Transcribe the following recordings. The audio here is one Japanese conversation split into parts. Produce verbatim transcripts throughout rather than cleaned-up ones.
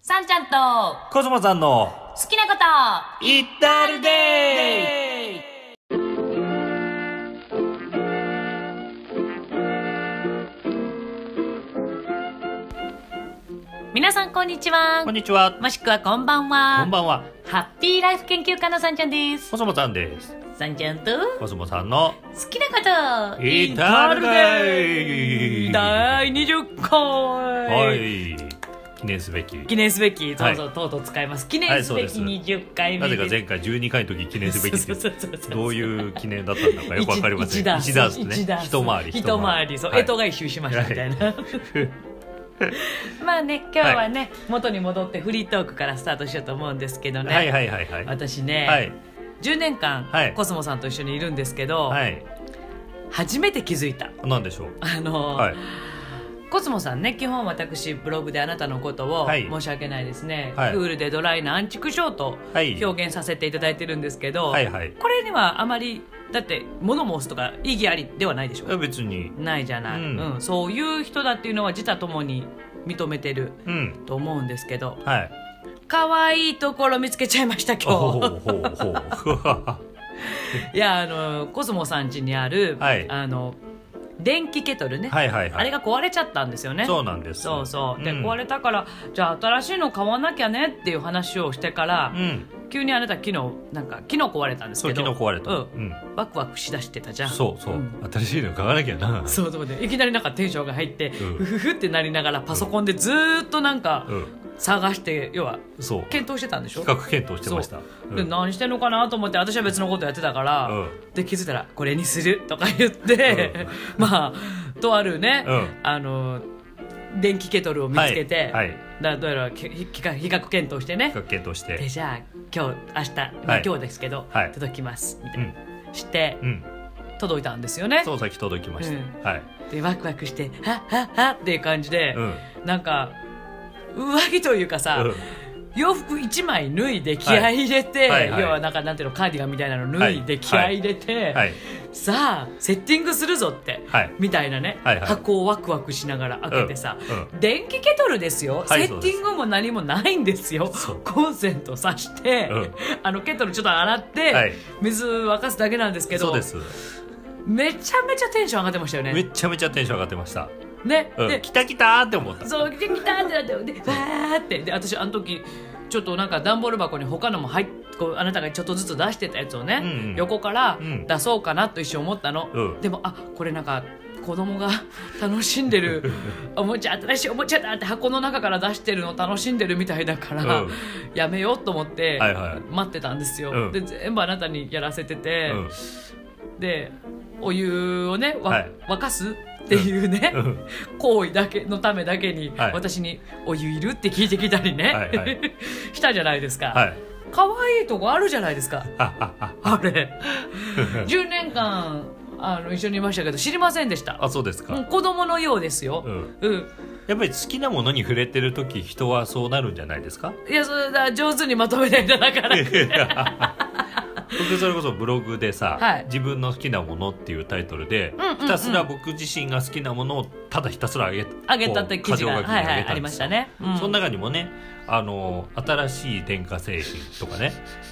さんちゃんとコスモさんの好きなことイッタルデイ。 皆さんこんにちは。 こんにちは。 もしくはこんばんは。 こんばんは。 ハッピーライフ研究家のさんちゃんです。 コスモさんです。 さんちゃんとコスモさんの好きなことイッタルデイだいにじゅっかい、 はい、記念すべき記念すべき、そうそう、 はい、 とうとう使います。記念すべきにじゅっかいめです。 なぜか前回じゅうにかいの時記念すべきってそうそうそうそう、 どういう記念だったんだかよくわかりません。 一段一段ですね。 一段一回り一回り、そう、 はい、 干支が一周しましたみたいな、はいまあね、今日はね、はい、元に戻ってフリートークからスタートしようと思うんですけどね。 はいはいはいはい。 私ね、はい、じゅうねんかん、はい、コスモさんと一緒にいるんですけど、はい、初めて気づいた。 何でしょう。 あのーはい、コスモさんね、基本私ブログであなたのことを、はい、申し訳ないですね、はい、クールでドライなアンチクショーと表現させていただいてるんですけど、はいはい、これにはあまりだって物申すとか意義ありではないでしょ。 別にないじゃない、うんうん、そういう人だっていうのは自他ともに認めてる、うん、と思うんですけど、はい、可愛いところ見つけちゃいました今日。ほうほうほういや、あのコスモさん家にある、はい、あの電気ケトルね、はいはいはい、あれが壊れちゃったんですよね。 そうなんです。 そうそうで、うん、壊れたからじゃあ新しいの買わなきゃねっていう話をしてから、うん、急にあなた昨日なんか昨日壊れたんですけど、 そう昨日壊れた、うんうん、ワクワクしだしてたじゃん。 そうそう、うん、新しいの買わなきゃな。 そうそうでいきなりなんかテンションが入って、うん、ふふふってなりながらパソコンでずーっとなんか、うん探して要は検討してたんでしょ。 比較検討してました、 うん、で何してんのかなと思って私は別のことやってたから、うん、で気づいたらこれにするとか言って、うん、まあとあるね、うん、あの電気ケトルを見つけて、はいはい、だどうやら比較、比較検討してね、 比較検討してでじゃあ今日明日、まあ、今日ですけど、はい、届きますみたいな、うん、して、うん、届いたんですよね。 そうさっき届きました、うんはい、 でワクワクしてはっはっはっていう感じで、うん、なんか上着というかさ、うん、洋服いちまい脱いで気合い入れて、はいはいはい、要はなんかなんていうのカーディガンみたいなの脱いで気合い入れて、はいはい、さあセッティングするぞって、はい、みたいなね、はいはい、箱をワクワクしながら開けてさ、うんうん、電気ケトルですよ、はい、セッティングも何もないんですよ。コンセント挿して、うん、あのケトルちょっと洗って、はい、水沸かすだけなんですけど、 そうです。 めちゃめちゃテンション上がってましたよね。 めちゃめちゃテンション上がってましたね、 うん、で来た来たって思った。 そう来た来たってなってでわーってで私あの時ちょっとなんか段ボール箱に他のも入っこうあなたがちょっとずつ出してたやつをね、うんうん、横から出そうかなと一瞬思ったの、うん、でもあこれなんか子供が楽しんでるおもちゃ新しいおもちゃだって箱の中から出してるの楽しんでるみたいだから、うん、やめようと思って待ってたんですよ、はいはい、で全部あなたにやらせてて、うん、でお湯をね、はい、沸かすっていうね、うん、行為だけのためだけに、はい、私にお湯いるって聞いてきたりね、はいはい、したじゃないですか、はい、可愛いとこあるじゃないですかあれじゅうねんかんあの一緒にいましたけど知りませんでした。 あ、そうですか。 子供のようですよ、うんうん、 やっぱり好きなものに触れてるとき人はそうなるんじゃないですか。 いやそれだ上手にまとめていただかなくて僕それこそブログでさ、はい、自分の好きなものっていうタイトルで、うんうんうん、ひたすら僕自身が好きなものをただひたすらあげあげたって記事が、はいはい、ありましたね、 うん、その中にもねあの新しい電化製品とかね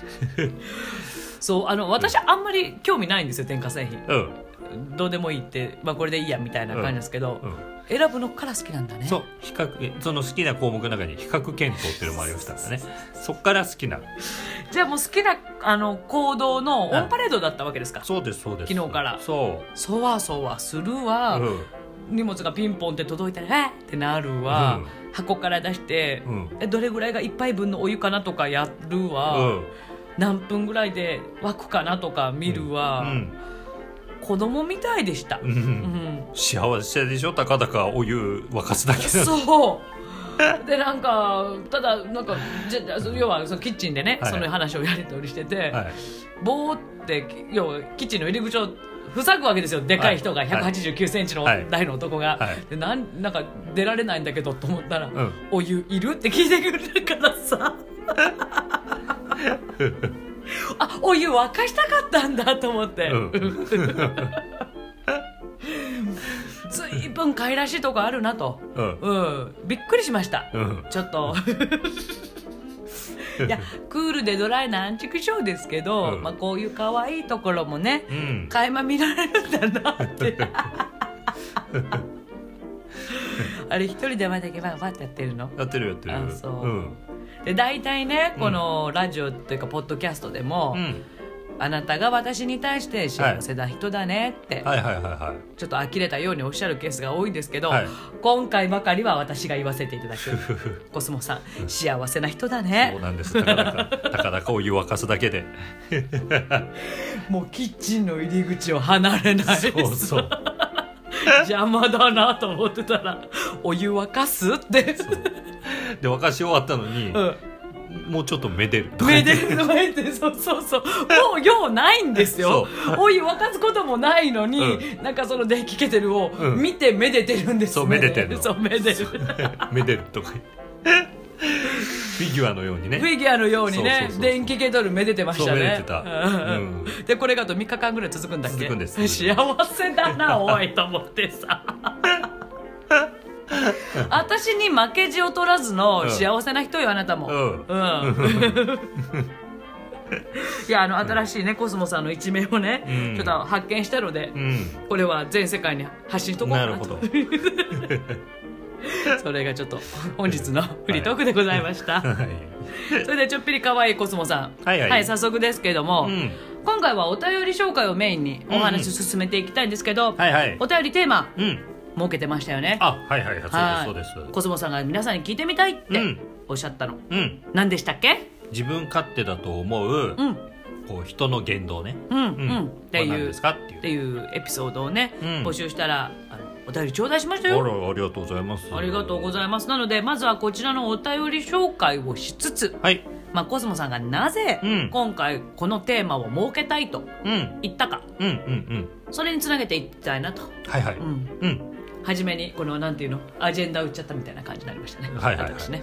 そうあの私あんまり興味ないんですよ電化製品、うん、どうでもいいって、まあ、これでいいやみたいな感じですけど、うんうん選ぶのから好きなんだね。 そう比較その好きな項目の中に比較検討っていうのもありましたからねそっから好きなじゃあもう好きなあの行動のオンパレードだったわけですか。 そうですそうです昨日からそうそわそわするわ、うん、荷物がピンポンって届いたらえっってなるわ、うん、箱から出して、うん、えどれぐらいがいっぱいぶんのお湯かなとかやるわ、うん、何分ぐらいで沸くかなとか見るわ、うんうん子供みたいでした、うんうん、 幸せでしょたかだかお湯沸かすだけなそうでなんかただなんかじゃ要はそのキッチンでね、はい、その話をやり取りしてて、はい、ボーって要はキッチンの入り口を塞ぐわけですよでかい人が、はい、ひゃくはちじゅうきゅうセンチの大の男が、はい、でなん、なんか出られないんだけどと思ったら、うん、お湯いるって聞いてくるからさあお湯沸かしたかったんだと思って、うん、 ずいぶんかいらしいとこあるなと、うんうん、びっくりしました、うん、ちょっといやクールでドライなアンチクショーですけど、うんまあ、こういう可愛いところもね、うん、垣間見られるんだなってあれ一人でまだけばバッてやってるのやってるやってるあそう、うん、で大体ねこのラジオっていうかポッドキャストでも、うん、あなたが私に対して幸せな人だねって、はいはいはいはい、ちょっと呆れたようにおっしゃるケースが多いんですけど、はい、今回ばかりは私が言わせていただくコスモさん幸せな人だね。 そうなんです。たかだかたかだかお湯沸かすだけでもうキッチンの入り口を離れないです。 そうそう邪魔だなと思ってたらお湯沸かすってで沸かし終わったのに、うんもうちょっとめでるめでるとか言ってそうそうそうもう用ないんですよお湯沸かすこともないのに、うん、なんかその電気ケトルを見てめでてるんですね、 そうめでてるのそうめでるめでるとかフィギュアのようにねフィギュアのようにねそうそうそうそう電気ケトルめでてましたねそうめでてた、うん、 でこれがあとみっかかんぐらい続くんだっけ続くんです、 ね、幸せだなおいと思ってさ私に負けじを取らずの幸せな人よあなたも、うんうん、いやあの新しいねコスモさんの一面をね、うん、ちょっと発見したので、うん、これは全世界に発信しとこうかなと。なるほどそれがちょっと本日のフリートークでございました、はい、それでちょっぴり可愛いコスモさん、はいはいはい、早速ですけれども、うん、今回はお便り紹介をメインにお話進めていきたいんですけど、うんはいはい、お便りテーマ、うん設けてましたよね。 あ、はいはいはい、そうですそうです。 コスモさんが皆さんに聞いてみたいっておっしゃったの。うん。何でしたっけ？ 自分勝手だと思う、うん、こう人の言動ね。 うんうん。っていうっていうエピソードをね、うん、募集したらあのお便り頂戴しましたよ。 あらありがとうございます。 ありがとうございます。なのでまずはこちらのお便り紹介をしつつ、はい。まあコスモさんがなぜ今回このテーマを設けたいと言ったか、うん、うんうんうんそれにつなげていきたいなと。 はいはい。うん。うん初めにこのなんていうのアジェンダを打っちゃったみたいな感じになりましたね。はいはいはい。ね、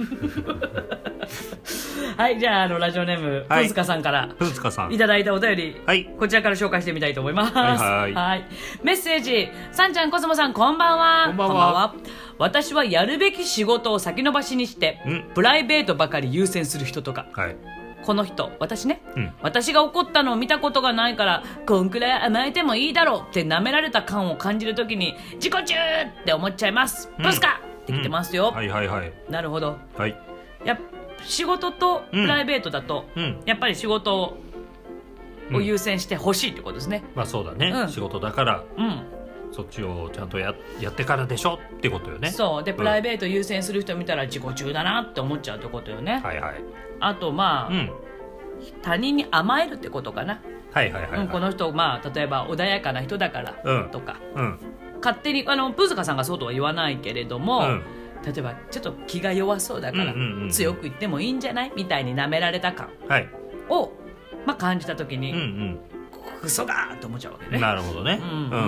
はいじゃああのラジオネームふつかさんからいただいたお便り、はい、こちらから紹介してみたいと思います。はいはい。はいメッセージさんちゃんコスモさんこんばんは。 こんばんは。こんばんは。 私はやるべき仕事を先延ばしにしてプライベートばかり優先する人とか。はい。この人私ね、うん、私が怒ったのを見たことがないからこんくらい甘えてもいいだろうって舐められた感を感じるときに自己中って思っちゃいます、うん、ブスかってきてますよ、 うん、はいはいはいなるほど、はい、や仕事とプライベートだと、うん、やっぱり仕事を、を優先してほしいってことですね、 まあそうだね、うん、仕事だから、うんそっちをちゃんと や, やってからでしょってことよね。 そうでプライベート優先する人見たら自己中だなって思っちゃうってことよね。はいはい。あとまあ、うん、他人に甘えるってことかな。はいはいはい、はいうん、この人まあ例えば穏やかな人だからとか、うんうん、勝手にあのプーズカさんがそうとは言わないけれども、うん、例えばちょっと気が弱そうだから、うんうんうん、強く言ってもいいんじゃないみたいに舐められた感を、まあ、感じた時に、うんうんクソがーって思っちゃうわけね。 なるほどね。うんうんうんうん。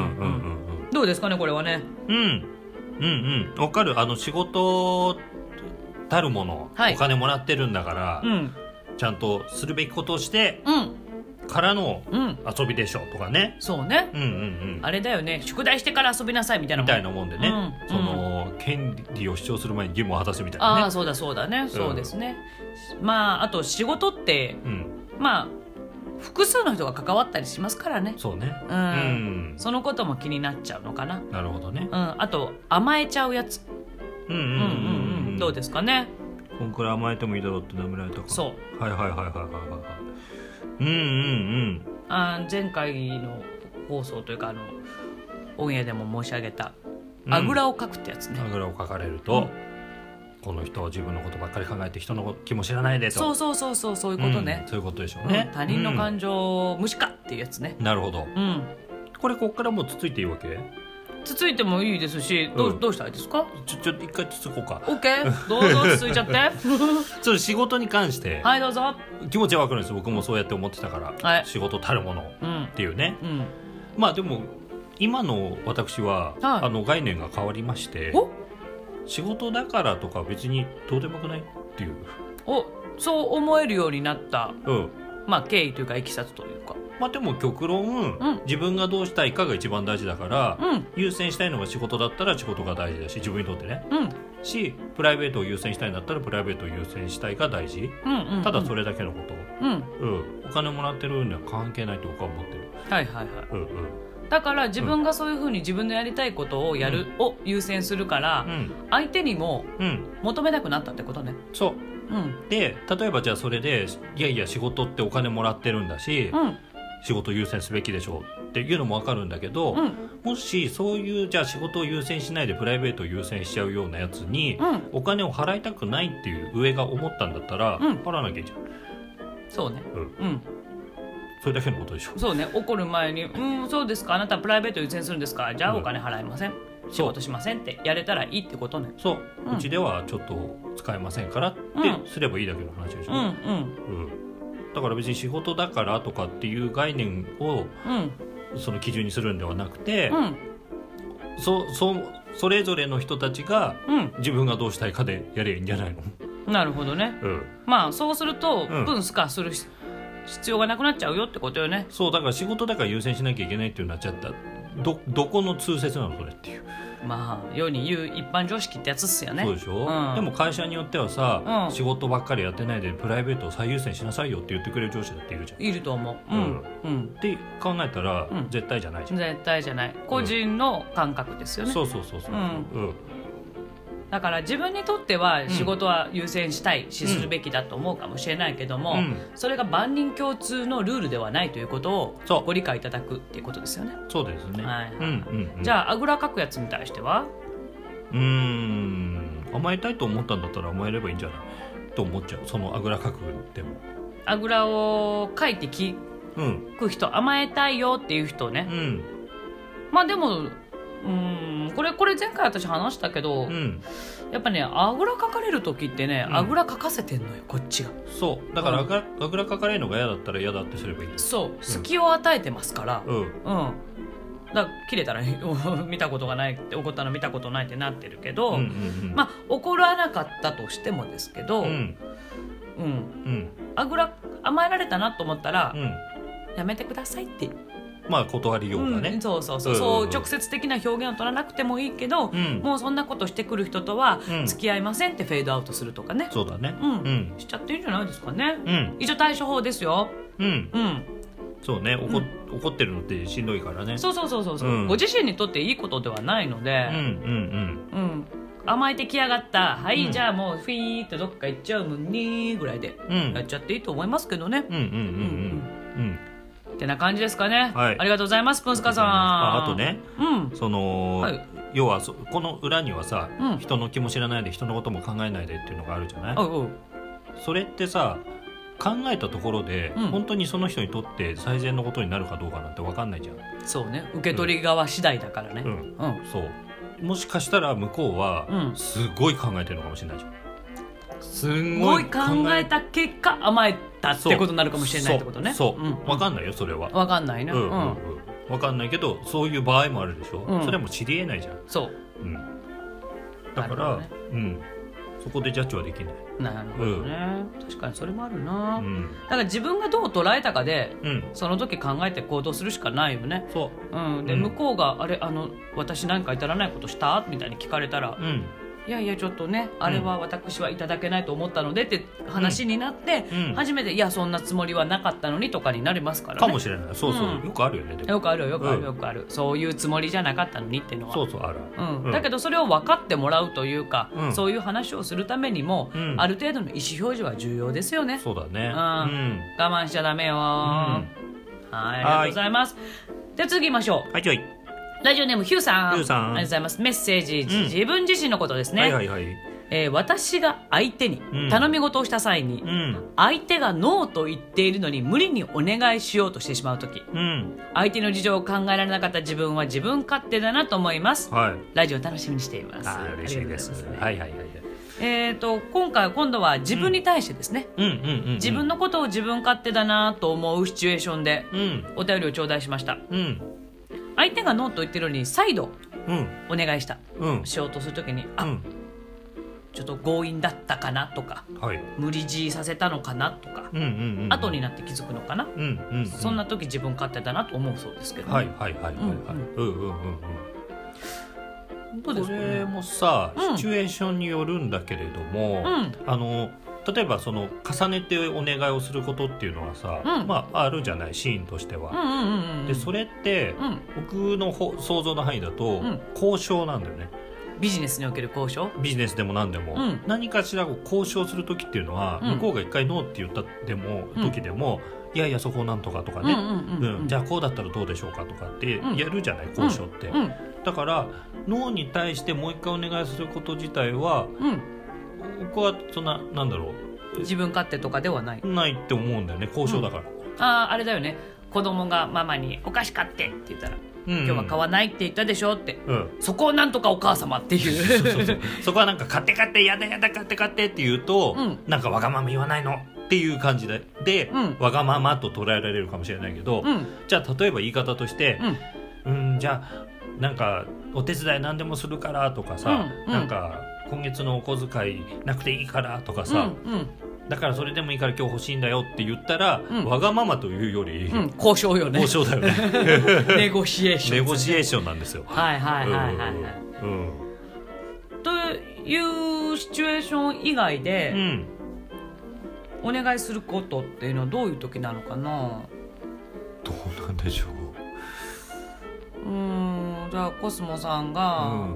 どうですかねこれはね。 うんうんうん。わかる。あの仕事たるもの、はい、お金もらってるんだから、うん、ちゃんとするべきことをして、うん、からの遊びでしょとかね。 そうね。うんうんうん。あれだよね。宿題してから遊びなさいみたいなもん。 みたいなもんでね。うん、その、うん、権利を主張する前に義務を果たすみたいなね。 ああそうだそうだね。うん、そうですね。まああと仕事って、うん、まあ。複数の人が関わったりしますからね。 そうね、 うんうん、そのことも気になっちゃうのかな。 なるほどね、 うん、あと甘えちゃうやつうんうんうんうん、どうですかね。 こんくらい甘えてもいいだろうって舐められたか。 そうはいはいはいはいはいはいうんうんうんあ前回の放送というかあのオンエアでも申し上げたあぐらをかくってやつね、 うん、あぐらをかかれると、うんこの人は自分のことばっかり考えて人の気も知らないでと。 そうそうそうそうそういうことね、 うん、そういうことでしょうね、 うん、他人の感情を無視かっていうやつね、 うん、なるほど、うん、これこっからもうつついていいわけ？ つついてもいいですし、どう、うん、どうしたいですか？ ちょちょ一回つつこうか。 オッケーどうぞつついちゃってちょっと仕事に関してはいどうぞ。 気持ちはわかるんです。僕もそうやって思ってたから、はい、仕事たるものっていうね、うんうん、まあでも今の私は、はい、あの概念が変わりまして、お仕事だからとか別にどうでもよくないっていう。 おそう思えるようになったまあ経緯というかいきさつというか。 まあでも極論、うん、自分がどうしたいかが一番大事だから、うん、優先したいのが仕事だったら仕事が大事だし、自分にとってね、うん、しプライベートを優先したいんだったらプライベートを優先したいが大事、うんうんうん、ただそれだけのこと、うんうん、お金もらってるには関係ないと僕は思ってる。 はいはいはい、うんうん、だから自分がそういうふうに自分のやりたいことをやる、うん、を優先するから、うん、相手にも求めなくなったってことね。 そう、うん、で例えばじゃあそれでいやいや仕事ってお金もらってるんだし、うん、仕事を優先すべきでしょうっていうのも分かるんだけど、うん、もしそういうじゃあ仕事を優先しないでプライベートを優先しちゃうようなやつに、うん、お金を払いたくないっていう上が思ったんだったら、うん、払わなきゃいいじゃん。 そうね、うん、うん、 それだけのことでしょ。 そうね、怒る前に「うんそうですか、あなたプライベート優先するんですか、じゃあお金払いません、うん、仕事しません」ってやれたらいいってことね。 そう、うん、うちではちょっと使えませんからってすればいいだけの話でしょ。うんうん、うん、だから別に仕事だからとかっていう概念を、うん、その基準にするんではなくて、うん、そ, そ, それぞれの人たちが自分がどうしたいかでやればいいんじゃないの。 なるほどね、うん、まあそうすると分スカする必要がなくなっちゃうよってことよね。 そうだから仕事だから優先しなきゃいけないっていうなっちゃった。 ど, どこの通説なのそれっていう。 まあ世に言う一般常識ってやつっすよね。 そうでしょ、うん、でも会社によってはさ、うん、仕事ばっかりやってないでプライベートを最優先しなさいよって言ってくれる上司だっているじゃん。 いると思う、うんうん、って考えたら、うん、絶対じゃないじゃん。 絶対じゃない、個人の感覚ですよね、 うん、そうそうそうそう、うんうん、 だから自分にとっては仕事は優先したいしするべきだと思うかもしれないけども、うん、それが万人共通のルールではないということをご理解いただくっていうことですよね。 そうですね、はい、うんうんうん、 じゃああぐらかくやつに対してはうーん甘えたいと思ったんだったら甘えればいいんじゃないと思っちゃう。そのあぐらかくでもあぐらをかいて聞く人、うん、甘えたいよっていう人ね、うん、まあでもうんこれこれ前回私話したけど、うん、やっぱねあぐらかかれる時ってね、うん、あぐらかかせてんのよこっちが。 そうだからあぐら、うん、あぐらかかれるのが嫌だったら嫌だってすればいいんだ。 そう、うん、隙を与えてますから、うん、うん、だから切れたら見たことがないって怒ったの見たことないってなってるけど、うんうんうん、まあ怒らなかったとしてもですけど、うんうんうん、あぐら甘えられたなと思ったら、うん、やめてくださいってまあ断りようがね、 うん、そうそうそう、うん、そう直接的な表現を取らなくてもいいけど、うん、もうそんなことしてくる人とは付き合いませんってフェードアウトするとかね、 そうだね、 うんうん、しちゃっていいんじゃないですかね、うん、一応対処法ですよ。うんうんそうね、怒、うん、怒ってるのってしんどいからね。 そうそうそうそう、うん、ご自身にとっていいことではないので、うんうんうんうん、甘えてきやがったはい、うん、じゃあもうフィーってどっか行っちゃうもんねぐらいでやっちゃっていいと思いますけどね。うんうんうんうんうんってな感じですかね、はい、ありがとうございますプンスカさん。 あ, あとね、うん、その、はい、要はそこの裏にはさ、うん、人の気も知らないで人のことも考えないでっていうのがあるじゃない。おうおうそれってさ考えたところで、うん、本当にその人にとって最善のことになるかどうかなんて分かんないじゃん。 そうね受け取り側次第だからね、うんうんうん、そうもしかしたら向こうはすごい考えてるのかもしれないじゃん。 すごい考えた結果甘えたってことになるかもしれないってことね。 そう、そう、うん、分かんないよそれは。 分かんないね、うんうんうん、 分かんないけどそういう場合もあるでしょ、うん、それはもう知りえないじゃん。 そう、 うん、だから、ね、うんそこでジャッジはできない。 なるほどね、うん、確かにそれもあるな、うん、だから自分がどう捉えたかで、うん、その時考えて行動するしかないよね。そう、うん、で、うん、向こうがあれあの私何か至らないことしたみたいに聞かれたら、うんいやいやちょっとねあれは私はいただけないと思ったのでって話になって、うん、初めていやそんなつもりはなかったのにとかになりますからね。 かもしれない。そうそう、うん、よくあるよね。でもよくあるよくあるよくある、うん、そういうつもりじゃなかったのにっていうのはそうそうある、 うんうん、だけどそれを分かってもらうというか、うん、そういう話をするためにも、うん、ある程度の意思表示は重要ですよね。 そうだね、うんうん、 我慢しちゃダメよ、うん、はいありがとうございます。では次行きましょう。 はいちょいラジオネームヒューさん、 ヒューさんありがとうございます。メッセージ、うん、自分自身のことですね、 はいはいはいえー、私が相手に頼み事をした際に、うん、相手がノーと言っているのに無理にお願いしようとしてしまうとき、うん、相手の事情を考えられなかった自分は自分勝手だなと思います、はい、ラジオ楽しみにしています。 あ嬉しいです、ね、はいはいはいえー、と今回は今度は自分に対してですね、うんうんうんうん、自分のことを自分勝手だなと思うシチュエーションでお便りを頂戴しました、うん、相手がノーと言ってるのに再度お願いした、うん、しようとするときにあ、うん、 ちょっと強引だったかなとか、はい、無理強いさせたのかなとか、うんうんうんうん、後になって気づくのかな、うんうんうん、そんな時自分勝手だなと思うそうですけどね。はいはいはいはいはい。うんうんうんうん。どうですかね。これもさ、シチュエーションによるんだけれども、うん、あの例えばその重ねてお願いをすることっていうのはさ、うん、まああるじゃないシーンとしては。うんうんうんうん、でそれって、うん、僕の想像の範囲だと、うん、交渉なんだよね。 ビジネスにおける交渉、 ビジネスでも何でも、うん、何かしら交渉する時っていうのは、うん、向こうが一回ノーって言ったでも、うん、時でもいやいやそこをなんとかとかね、じゃあこうだったらどうでしょうかとかってやるじゃない、交渉って、うんうん、だからノーに対してもう一回お願いすること自体は、うん、僕はそんななんだろう自分勝手とかではないないって思うんだよね、交渉だから、うん、 あああれだよね、子供がママにお菓子買ってって言ったら、うんうん、今日は買わないって言ったでしょって、うん、そこをなんとかお母様っていうそうそうそう、そこはなんか買って買ってやだやだ買って買ってって言うと、うん、なんかわがまま言わないのっていう感じで、で、うん、わがままと捉えられるかもしれないけど、うん、じゃあ例えば言い方として、うん、うんじゃあなんかお手伝い何でもするからとかさ、うん、なんか今月のお小遣いなくていいからとかさ、うんうん、だからそれでもいいから今日欲しいんだよって言ったら、うん、わがままというより、うん、 交渉よね、 交渉だよねネゴシエーション、 ネゴシエーションなんですよ。 はいはいはいはい、はい、うん、というシチュエーション以外で、うん、お願いすることっていうのはどういう時なのかな。 どうなんでしょう。うーん、じゃあコスモさんが、うん、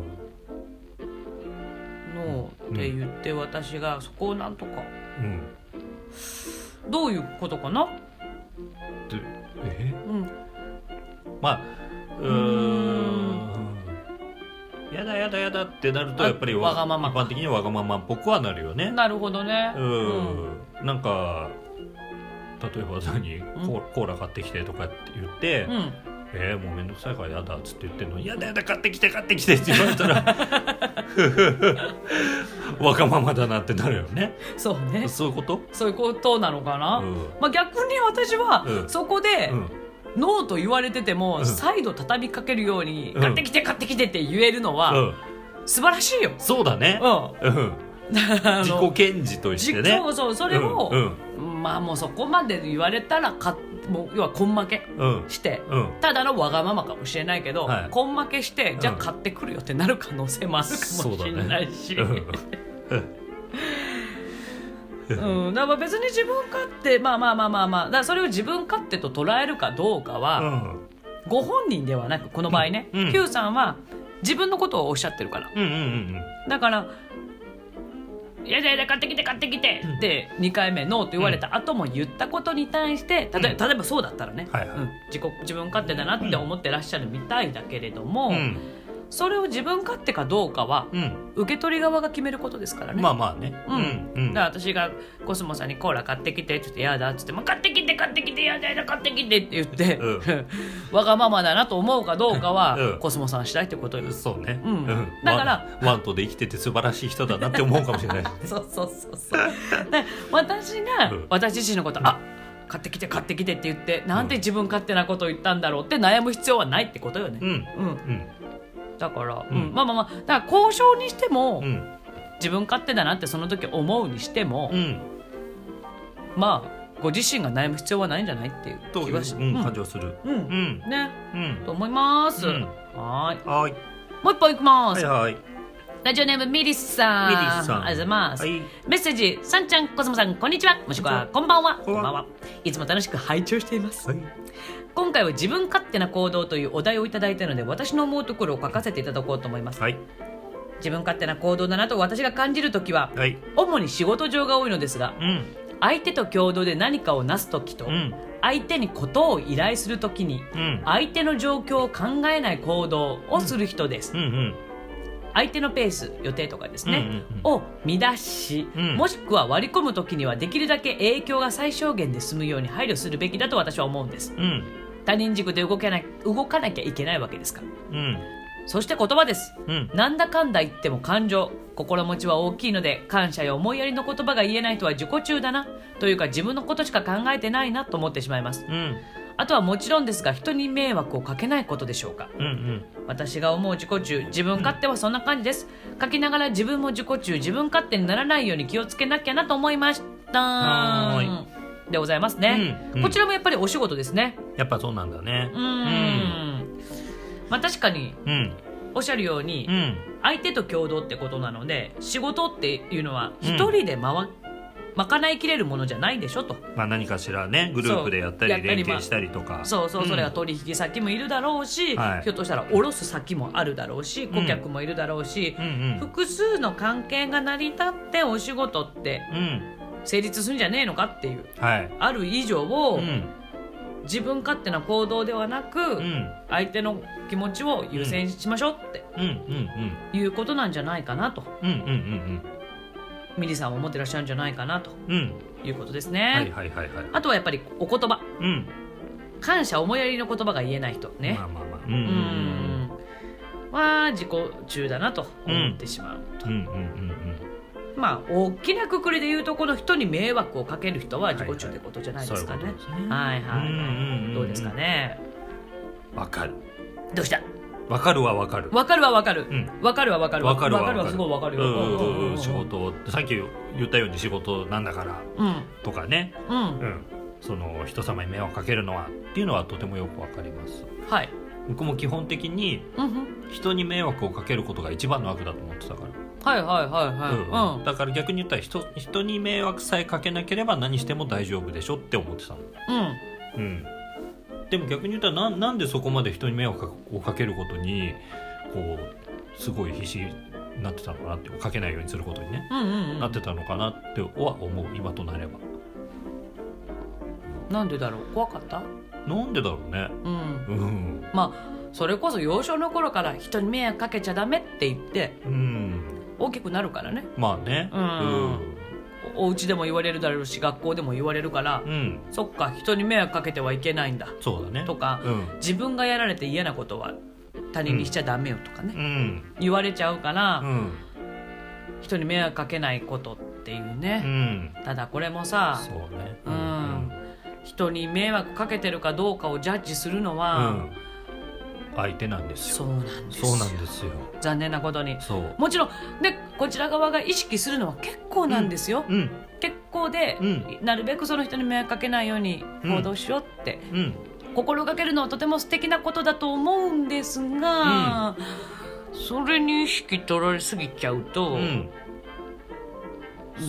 ノーって言って私がそこをなんとか、うん、どういうことかな。 でえ、うん、まあうーんやだやだやだってなるとやっぱりわがまま、 一般的にわがままっぽくはなるよね。 なるほどね。うん、 うん、なんか例えば何、うん、コーラ買ってきてとかって言って、うん、えー、もうめんどくさいからやだっつって言ってんのに、やだやだ買ってきて買ってきてって言われたらわがままだなってなるよね。 そうね、 そういうことそういうことなのかな、うん、まあ、逆に私はそこで、うん、ノーと言われてても、うん、再度畳みかけるように、うん、買ってきて買ってきてって言えるのは、うん、素晴らしいよ。 そうだね、うん、うん、自己顕示としてね。 そうそう、それを、うんうん、まあもうそこまで言われたらかもう要は根負けして、うんうん、ただのわがままかもしれないけど、はい、根負けして、じゃあ買ってくるよってなる可能性もあるかもしれないし、うん、うん、だから別に自分勝手、まあまあまあまあまあ、だからそれを自分勝手と捉えるかどうかは、うん、ご本人ではなく、この場合ね、うん、Q さんは自分のことをおっしゃってるから、うんうんうんうん、だからいやいやいや買ってきて買ってきてってにかいめノーと言われた後も言ったことに対して、例えば、例えばそうだったらね、はいはい、うん、自己自分勝手だなって思ってらっしゃるみたいだけれども、うん、それを自分勝手かどうかは、うん、受け取り側が決めることですからね。 まあまあね、 うんうん、だから私がコスモさんにコーラ買ってきてって言ってやだっつって、まあ、買ってきて買ってきてやだやだ買ってきてって言って、うん、わがままだなと思うかどうかは、うん、コスモさん次第ってことよ。 そうね、 うんうん、だからワンとで生きてて素晴らしい人だなって思うかもしれないそうそうそうそうで私が、うん、私自身のこと、あ買ってきて買ってきてって言ってなんて自分勝手なことを言ったんだろうって悩む必要はないってことよね。うんうん、うんだから、うんうん、まあまあまあだから交渉にしても、うん、自分勝手だなってその時思うにしても、うん、まあご自身が悩む必要はないんじゃないっていう気がし、 うんうん、感情する、 うんうん、ね、うん、と思います、うん、はいはいもう一本いきます。 はいはい。 ラジオネームミリスさん、 ミリスさん、 ありがとうございます、 はい、 メッセージ、さんちゃんコスモさんこんにちは、もしくはこんばんは、こんばんは。いつも楽しく拝聴しています、はい、今回は自分勝手な行動というお題をいただいたので、私の思うところを書かせていただこうと思います、はい、自分勝手な行動だなと私が感じるときは、はい、主に仕事上が多いのですが、うん、相手と共同で何かをなすときと、うん、相手にことを依頼するときに、うん、相手の状況を考えない行動をする人です、うんうんうん、相手のペース、予定とかですね、うんうんうん、を乱し、うん、もしくは割り込むときにはできるだけ影響が最小限で済むように配慮するべきだと私は思うんです、うん、他人軸で動けな、動かなきゃいけないわけですから、うん、そして言葉です、うん、なんだかんだ言っても感情、心持ちは大きいので、感謝や思いやりの言葉が言えない人は自己中だなというか、自分のことしか考えてないなと思ってしまいます、うん、 あとはもちろんですが人に迷惑をかけないことでしょうか。うんうん、私が思う自己中、自分勝手はそんな感じです。書きながら自分も自己中、自分勝手にならないように気をつけなきゃなと思いましたでございますね、うんうん、こちらもやっぱりお仕事ですね。 やっぱそうなんだね。うん、うん、 まあ確かに、うん、おっしゃるように、うん、相手と共同ってことなので仕事っていうのは一人で回、うん賄いきれるものじゃないでしょと、 まあ、何かしらねグループでやったり連携したりとか、まあ、 そうそう、それは取引先もいるだろうし、はい、ひょっとしたら卸す先もあるだろうし顧客もいるだろうし、うんうんうん、複数の関係が成り立ってお仕事って成立するんじゃねえのかっていう、はい、ある以上を、うん、自分勝手な行動ではなく、うん、相手の気持ちを優先しましょうって、うんうんうん、いうことなんじゃないかなと、うんうんうんうんミリさんは思ってらっしゃるんじゃないかなと、うん、いうことですね、はいはいはいはい、あとはやっぱりお言葉、うん、感謝思いやりの言葉が言えない人ね、まあまあまあ、うんうんうんは自己中だなと思ってしまうと、うんうんうんうん、まあ大きな括りで言うとこの人に迷惑をかける人は自己中ってことじゃないですかね。はいはい、どうですかね。 わかる。 どうした。 わかるはわかる。 わかるはわかる。わかるはわかる。 わかるはわかるはすごいわかるよ。 仕事、さっき言ったように仕事なんだからとかね。うん。その人様に迷惑かけるのはっていうのはとてもよくわかります。はい。僕も基本的に人に迷惑をかけることが一番の悪だと思ってたから。はいはいはいはい。うん。だから逆に言ったら人人に迷惑さえかけなければ何しても大丈夫でしょって思ってたの。うん。うん。でも逆に言ったら な, なんでそこまで人に迷惑をかけることにこうすごい必死になってたのかなってかけないようにすることにね、うんうんうん、なってたのかなっては思う今となれば。 なんでだろう。怖かった。 なんでだろうね、うんうん、 まあそれこそ幼少の頃から人に迷惑かけちゃダメって言って、うん、大きくなるからね。 まあね、うんうんお家でも言われるだろうし学校でも言われるから、うん、そっか人に迷惑かけてはいけないんだそうだねとか、うん、自分がやられて嫌なことは他人にしちゃダメよとかね、うん、言われちゃうから、うん、人に迷惑かけないことっていうね、うん、ただこれもさそうね、うんうん、人に迷惑かけてるかどうかをジャッジするのは、うん相手なんですよ。 そうなんですよ。 そうなんですよ。 残念なことに。もちろんでこちら側が意識するのは結構なんですよ。うん、結構で、うん、なるべくその人に迷惑かけないように行動しようって、うん、心がけるのはとても素敵なことだと思うんですが、うん、それに意識取られすぎちゃうと、うんうん、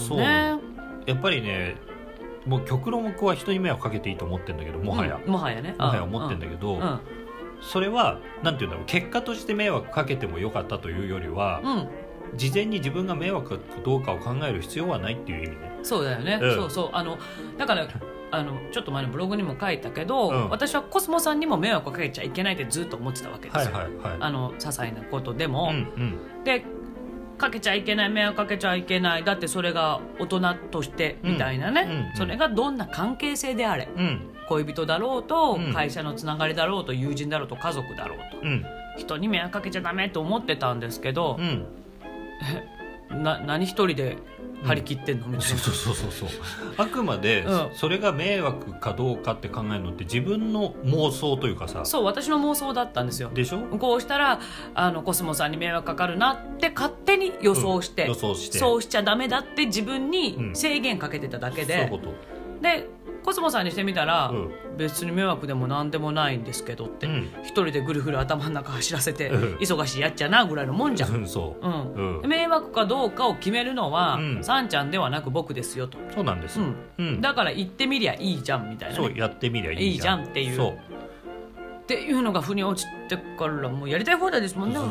そう、ね、やっぱりねもう極論僕は人に迷惑かけていいと思ってるんだけどもはや、 もはやねもはや思ってるんだけど、それはなんていうんだろう結果として迷惑かけてもよかったというよりは、うん、事前に自分が迷惑かどうかを考える必要はないっていう意味ね。 そうだよね、うん、そうそうあのだからあのちょっと前のブログにも書いたけど、うん、私はコスモさんにも迷惑かけちゃいけないってずっと思ってたわけですよ、はいはいはい、あの些細なことでも、うんうん、でかけちゃいけない迷惑かけちゃいけないだってそれが大人としてみたいなね、うんうんうん、それがどんな関係性であれ、うん恋人だろうと、うん、会社のつながりだろうと友人だろうと家族だろうと、うん、人に迷惑かけちゃダメと思ってたんですけど、うん、えな何一人で張り切ってんの、うん、みたいな。 そうそうそうそうあくまで、うん、それが迷惑かどうかって考えるのって自分の妄想というかさ。 そう私の妄想だったんですよ。 でしょ。 こうしたらあのコスモさんに迷惑かかるなって勝手に予想して、うん、予想してそうしちゃダメだって自分に制限かけてただけで、うん、そういうことでコスモさんにしてみたら、うん、別に迷惑でも何でもないんですけどって、うん、一人でぐるぐる頭の中走らせて、うん、忙しいやっちゃなぐらいのもんじゃん、うんそううんうん、迷惑かどうかを決めるのは、うん、さんちゃんではなく僕ですよと。 そうなんです、うんうん、だから言ってみりゃいいじゃんみたいな、ね、 そうやってみりゃいいじゃんいいじゃんっていうそうっていうのが腑に落ちてからもうやりたい放題ですもんね。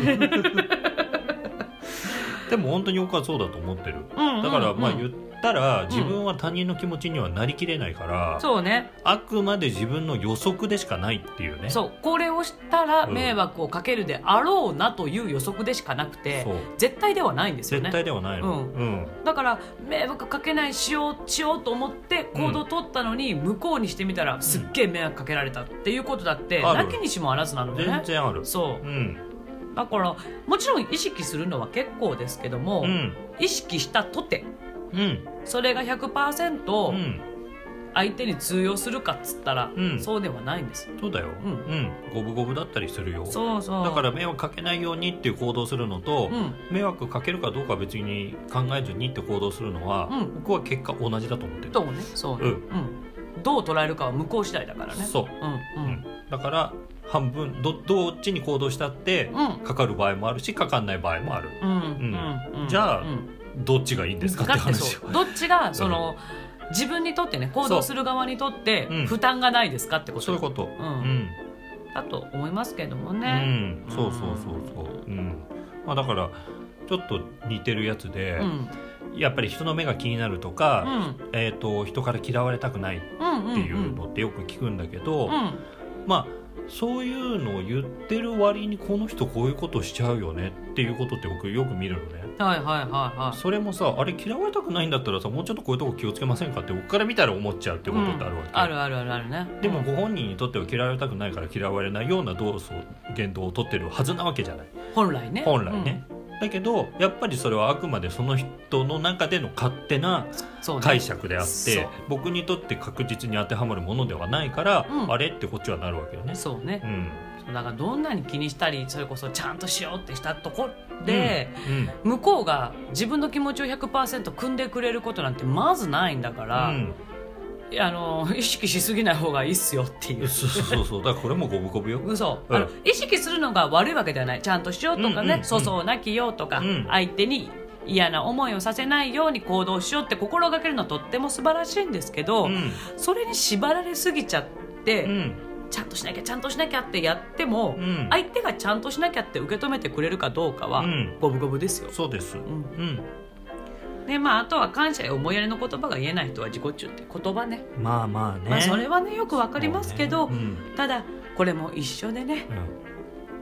でも本当に僕はそうだと思ってる、うんうんうん、だからまあ言ったら自分は他人の気持ちにはなりきれないから、うん、そうねあくまで自分の予測でしかないっていうね。 そうこれをしたら迷惑をかけるであろうなという予測でしかなくて、うん、絶対ではないんですよね。 絶対ではないの、うんうん、 だから迷惑かけないしようしようと思って行動を取ったのに、うん、向こうにしてみたらすっげえ迷惑かけられたっていうことだって、うん、なきにしもあらずなのでね。 全然ある。 そう、うんだからもちろん意識するのは結構ですけども、うん、意識したとて、うん、それが ひゃくパーセント、うん、 相手に通用するかっつったら、うん、そうではないんです。 そうだよ、うん、うん、五分五分だったりするよ。 そうそう。 だから迷惑かけないようにっていう行動するのと、うん、迷惑かけるかどうかは別に考えずにって行動するのは、うん、僕は結果同じだと思ってる。 そうね、そうね、うんうん、どう捉えるかは向こう次第だからね。 そう、うんうん、だから半分 ど, どっちに行動したってかかる場合もあるし、かかんない場合もある、うんうんうん、じゃあ、うん、どっちがいいんですかって話を。 どっちがその、うん、自分にとってね、行動する側にとって負担がないですかってこと。 そういうこと、うんうん、 だと思いますけどもね、 うん、そうそうそうそう、うんまあ、だからちょっと似てるやつで、うん、やっぱり人の目が気になるとか、うんえー、と人から嫌われたくないっていうのってよく聞くんだけど、うんうんうん、まあそういうのを言ってる割にこの人こういうことしちゃうよねっていうことって僕よく見るのね。 はいはいはいはい。 それもさ、あれ嫌われたくないんだったらさ、もうちょっとこういうとこ気をつけませんかって僕から見たら思っちゃうってことってあるわけ、うん、 あるあるあるあるね。 でもご本人にとっては嫌われたくないから嫌われないような動作言動を取ってるはずなわけじゃない、 本来ね。 本来ね、うん、だけどやっぱりそれはあくまでその人の中での勝手な解釈であって、ね、僕にとって確実に当てはまるものではないから、うん、あれってこっちはなるわけよね。 そうね、うんだからどんなに気にしたりそれこそちゃんとしようってしたところで、うんうん、向こうが自分の気持ちを ひゃくパーセント 汲んでくれることなんてまずないんだから、うん、あの意識しすぎない方がいいっすよっていう。 そうそうそう、だからこれも五分五分よ。 嘘、うん、あの意識するのが悪いわけではない。ちゃんとしようとかね、うんうんうん、粗相なきようとか、うん、相手に嫌な思いをさせないように行動しようって心がけるのはとっても素晴らしいんですけど、うん、それに縛られすぎちゃって、うんちゃんとしなきゃちゃんとしなきゃってやっても、うん、相手がちゃんとしなきゃって受け止めてくれるかどうかは、うん、五分五分ですよ。 そうです、うんうんでまあ、あとは感謝や思いやりの言葉が言えない人は自己中って言葉ね。 まあまあね、 まあ、それはねよくわかりますけど、ねうん、ただこれも一緒でね、うん、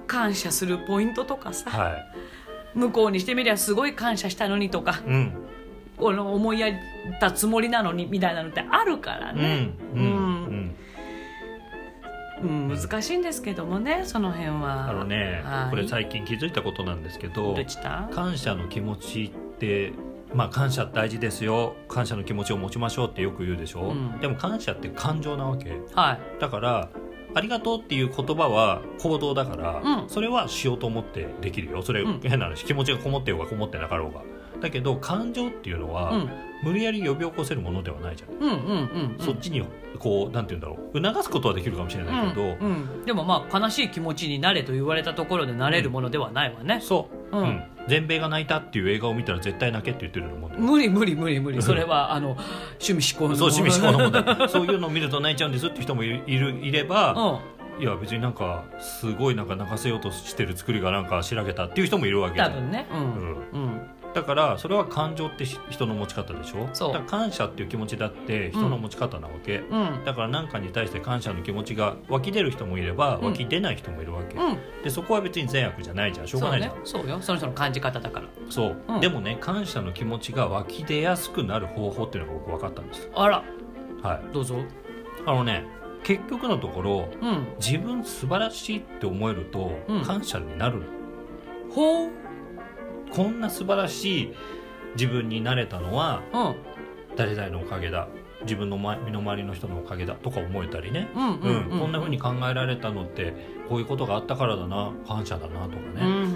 感謝するポイントとかさ、はい、向こうにしてみりゃすごい感謝したのにとか、うん、この思いやったつもりなのにみたいなのってあるからね、うんうんうんうん、難しいんですけどもね、その辺は。 あのね、はい、これ最近気づいたことなんですけど、感謝の気持ちってまあ感謝大事ですよ、感謝の気持ちを持ちましょうってよく言うでしょ、うん、でも感謝って感情なわけ、はい、だからありがとうっていう言葉は行動だから、うん、それはしようと思ってできるよ。それ、うん、変な話、気持ちがこもってようがこもってなかろうが。だけど感情っていうのは、うん、無理やり呼び起こせるものではないじゃん、うんうんうんうん、そっちにこうなんて言うんだろう、促すことはできるかもしれないけど、うんうん、でもまあ悲しい気持ちになれと言われたところでなれるものではないわね、 うん、そう、うんうん、全米が泣いたっていう映画を見たら絶対泣けって言ってるのも無理無理無理無理それはあの趣味思考のそう趣味思考の問題そういうのを見ると泣いちゃうんですっていう人もいる、いるいれば、うん、いや別になんかすごいなんか泣かせようとしてる作りがなんかしらけたっていう人もいるわけ多分ね、うんうんうんだからそれは感情って人の持ち方でしょ。そうだから感謝っていう気持ちだって人の持ち方なわけ、うん、だから何かに対して感謝の気持ちが湧き出る人もいれば、うん、湧き出ない人もいるわけ、うん、でそこは別に善悪じゃないじゃん、しょうがないじゃん。 そうね、そうよ、その人の感じ方だから。 そう、うん、でもね感謝の気持ちが湧き出やすくなる方法っていうのが僕分かったんです。 あら、 はい、 どうぞ。 あのね結局のところ、うん、自分素晴らしいって思えると、感謝になるの、 ほう、 こんな素晴らしい自分になれたのは、うん、誰々のおかげだ、自分の身の回りの人のおかげだとか思えたりね、こんな風に考えられたのってこういうことがあったからだな、感謝だなとかね、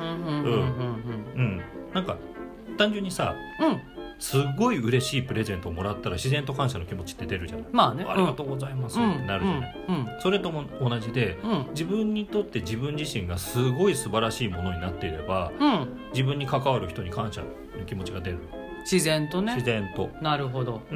なんか単純にさ、うん、すごい嬉しいプレゼントをもらったら自然と感謝の気持ちって出るじゃない、まあね、ありがとうございますってなるじゃない、うんうんうん、それとも同じで、うん、自分にとって自分自身がすごい素晴らしいものになっていれば、うん、自分に関わる人に感謝の気持ちが出る、 自然とね。 自然と。 なるほど、うん、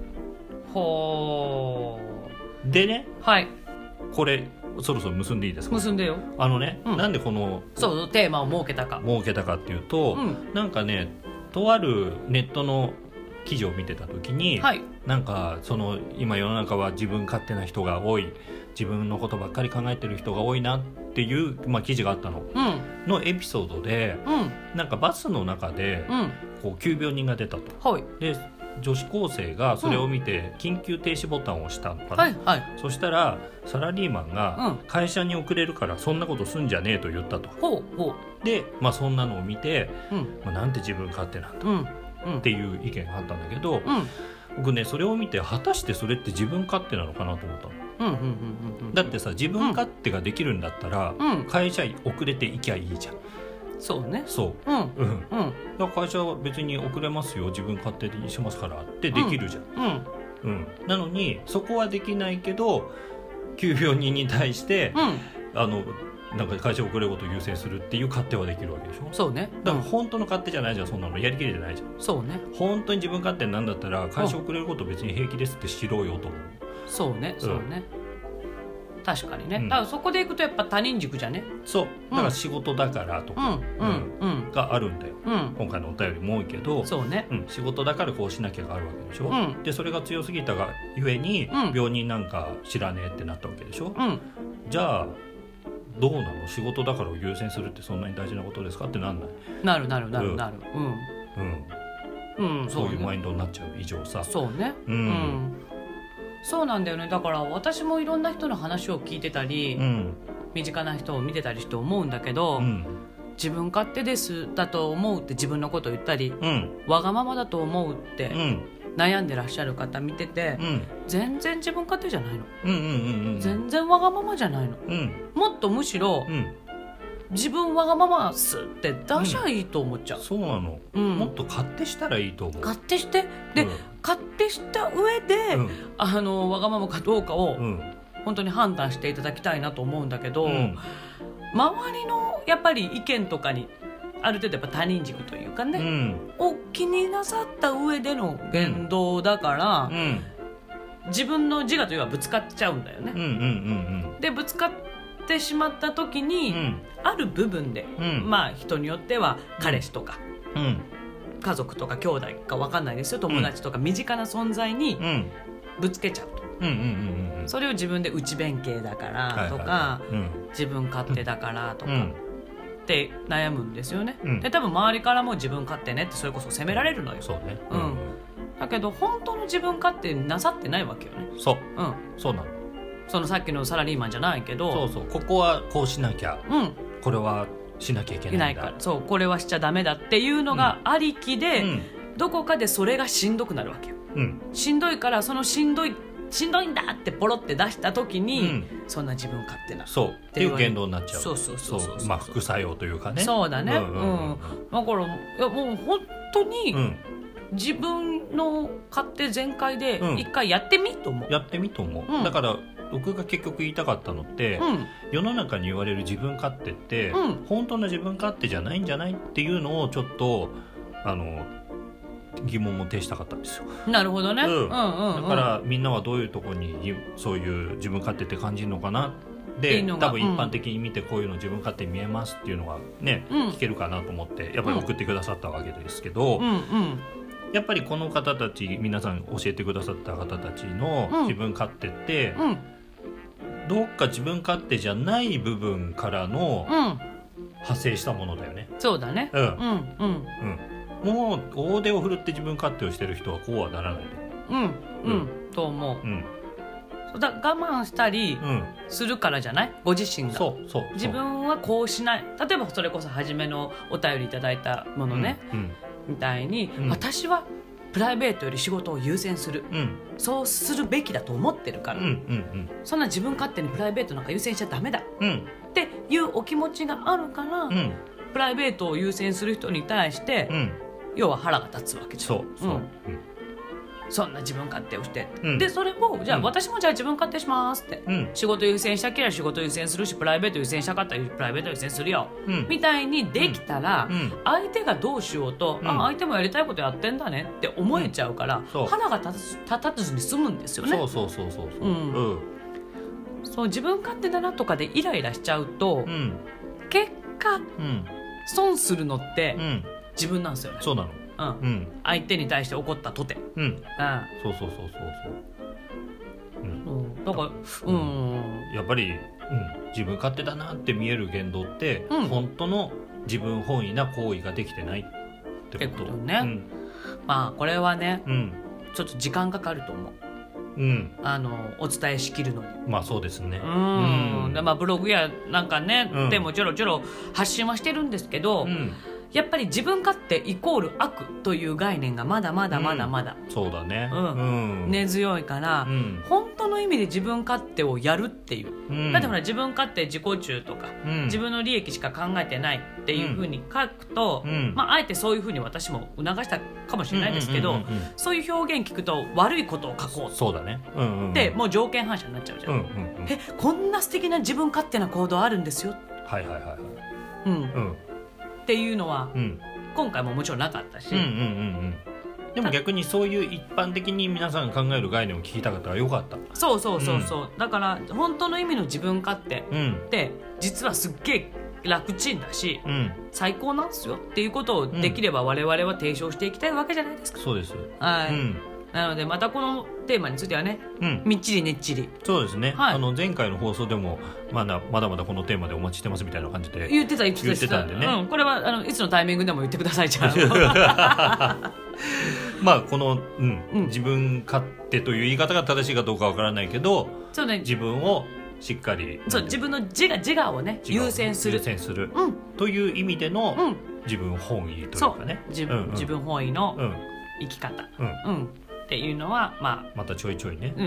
ほーでね、 はい、 これそろそろ結んでいいですか。 結んでよ。 あのね、うん、なんでこのそうテーマを設けたか設けたかっていうと、うん、なんかねとあるネットの記事を見てた時に、はい、なんかその今世の中は自分勝手な人が多い、自分のことばっかり考えてる人が多いなっていう、まあ、記事があったの、うん、のエピソードで、うん、なんかバスの中で、うん、こう急病人が出たと、はい、で女子高生がそれを見て緊急停止ボタンを押したのかな、はいはい、そしたらサラリーマンが会社に遅れるからそんなことすんじゃねえと言ったと、ほうほうで、まあ、そんなのを見て、うんまあ、なんて自分勝手なんだ、うん、っていう意見があったんだけど、うん、 僕ねそれを見て果たしてそれって自分勝手なのかなと思ったの。 うんうんうんうん、 だってさ自分勝手ができるんだったら、うん、会社遅れていきゃいいじゃん。 そうね。 そう。うん。うん。だから会社は別に遅れますよ自分勝手にしますからってできるじゃん。うん。うん。なのにそこはできないけど急病人に対して、うん、あのなんか会社遅れることを優先するっていう勝手はできるわけでしょ。 そうね。 だから本当の勝手じゃないじゃんそんなのやりきれてないじゃん。 そうね。 本当に自分勝手なんだったら会社遅れること別に平気ですってしろよと思う。 そうね。そうね。うん、確かにね。だからそこでいくとやっぱ他人軸じゃね。 そう。だから仕事だからとか、うんうんうん、があるんだよ、うん。今回のお便りも多いけど、 そうね。 うん、仕事だからこうしなきゃがあるわけでしょ。うん、でそれが強すぎたがゆえに、うん、病人なんか知らねえってなったわけでしょ。うん、じゃあどうなの仕事だからを優先するってそんなに大事なことですかってなんない。 なるなるなるなる。 うんうんうん。そういうマインドになっちゃう以上さ。 そうね。うん。うんそうなんだよね。だから私もいろんな人の話を聞いてたり、うん、身近な人を見てたりして思うんだけど、うん、自分勝手ですだと思うって自分のことを言ったり、うん、わがままだと思うって悩んでらっしゃる方見てて、うん、全然自分勝手じゃないの、うんうんうんうん、全然わがままじゃないの、うん、もっとむしろ、うん自分わがままっすって出しゃいいと思っちゃう、 うん、そうなの、うん、もっと勝手したらいいと思う。 勝手してで、うん、勝手した上で、うん、あのわがままかどうかを、うん、本当に判断していただきたいなと思うんだけど、うん、周りのやっぱり意見とかにある程度やっぱ他人軸というかね、うん、を気になさった上での言動だから、うん、自分の自我というのはぶつかっちゃうんだよね、うんうんうんうん、でぶつかってしまった時に、うん、ある部分で、うん、まあ人によっては彼氏とか、うん、家族とか兄弟か分かんないですよ友達とか身近な存在にぶつけちゃうと、うんうんうんうん、それを自分で内弁慶だからとか、はいはいはいうん、自分勝手だからとか、うん、って悩むんですよね、うん、で多分周りからも自分勝手ねってそれこそ責められるのよ、 そうね、 うん、だけど本当の自分勝手なさってないわけよね。 そう、うん、そうなの。 そのさっきのサラリーマンじゃないけどそうそうここはこうしなきゃ、うん、これはしなきゃいけないんだからそうこれはしちゃダメだっていうのがありきで、うん、どこかでそれがしんどくなるわけよ、うん、しんどいからそのしんどいしんどいんだってポロって出した時に、うん、そんな自分勝手なそうっていう言動になっちゃう。 そうそうそうそうそうまあ副作用というかね。 そうだね、うんうんうんうん、だからいやもう本当に、うん自分の勝手全開で一回やってみと思う、 うん、やってみと思う、うん、だから僕が結局言いたかったのって、うん、世の中に言われる自分勝手って、うん、本当の自分勝手じゃないんじゃないっていうのをちょっとあの疑問も呈したかったんですよ。 なるほどね、うんうんうんうん、 だからみんなはどういうところにそういう自分勝手って感じるのかなで多分一般的に見てこういうの自分勝手に見えますっていうのがね、うん、聞けるかなと思ってやっぱり送ってくださったわけですけど、うんうんやっぱりこの方たち皆さん教えてくださった方たちの自分勝手って、うん、どっか自分勝手じゃない部分からの派生したものだよね、 うん、そうだね、うんうんうん、もう大手を振るって自分勝手をしてる人はこうはならないと思う、うんうん、と思う、うんだ我慢したりするからじゃない、うん、ご自身がそうそうそう自分はこうしない例えばそれこそ初めのお便りいただいたものね、うんうんみたいに、うん、私はプライベートより仕事を優先する、うん、そうするべきだと思ってるから、うんうんうん、そんな自分勝手にプライベートなんか優先しちゃダメだ、うん、っていうお気持ちがあるから、うん、プライベートを優先する人に対して、うん、要は腹が立つわけじゃん。そうそう、うんそんな自分勝手をして、うん、でそれをじゃあ、うん、私もじゃあ自分勝手しますって、うん、仕事優先したければ仕事優先するしプライベート優先したかったらプライベート優先するよ、うん、みたいにできたら、うん、相手がどうしようと、うん、あ相手もやりたいことやってんだねって思えちゃうから、うん、腹が立たずに済むんですよね。 そうそうそうそうそう、うんうん、 そう自分勝手だなとかでイライラしちゃうと、うん、結果、うん、損するのって、うん、自分なんですよね。 そうなのうんうん、相手に対して怒ったとて、うんうん、 そうそうそうそうそう、 うん、だから、うん、 やっぱり、うん、自分勝手だなって見える言動って、うん、本当の自分本位な行為ができてないってことね、うん、まあこれはね、うん、ちょっと時間かかると思う、うん、あのお伝えしきるのに。 まあそうですね、 うん、うんでまあ、ブログやなんかね、うん、でもちょろちょろ発信はしてるんですけど、うんやっぱり自分勝手イコール悪という概念がまだまだまだまだ、 うん、そうだね、 うんうん、根強いから、うん、本当の意味で自分勝手をやるっていう、うん、だってほら自分勝手自己中とか、うん、自分の利益しか考えてないっていうふうに書くと、うん、まあ、あえてそういうふうに私も促したかもしれないですけど、そういう表現聞くと悪いことを書こうそうだね、うんうんうん、 でもう条件反射になっちゃうじゃん、うんうんうん、えこんな素敵な自分勝手な行動あるんですよ、 はいはいはいはい、 うん、うんっていうのは、うん、今回ももちろんなかったし、うんうんうんうん、 でも逆にそういう一般的に皆さんが考える概念を聞きたかったらよかった。 そうそうそうそう、うん、だから本当の意味の自分勝手って、うん、実はすっげえ楽ちんだし、うん、最高なんですよっていうことをできれば我々は提唱していきたいわけじゃないですか、 うん、そうです、 はい、うん、なのでまたこのテーマについてはね、うん、みっちりねっちりそうですね、はい、あの前回の放送でもまだまだまだこのテーマでお待ちしてますみたいな感じで言ってた言ってた言ってたんでね、 うん、これはあのいつのタイミングでも言ってくださいじゃんまあこの、うんうん、自分勝手という言い方が正しいかどうかわからないけど、そう、ね、自分をしっかりそう自分の自我、自我をね優先する優先する、うん、という意味での、うん、自分本位というかね、 自分、うんうん、自分本位の生き方、うんうんっていうのは、まあ、 またちょいちょいね、うんうん、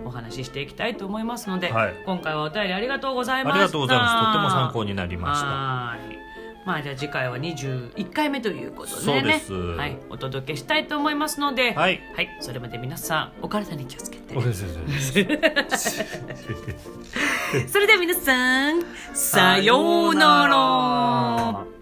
お話ししていきたいと思いますので、はい、今回はお便りありがとうございました。 ありがとうございます。とっても参考になりました。 はい、まあ、じゃあ次回はにじゅういっかいめということでね、そうです、はい、お届けしたいと思いますので、はいはい、それまで皆さんお体に気をつけてそれでは皆さんさようなら。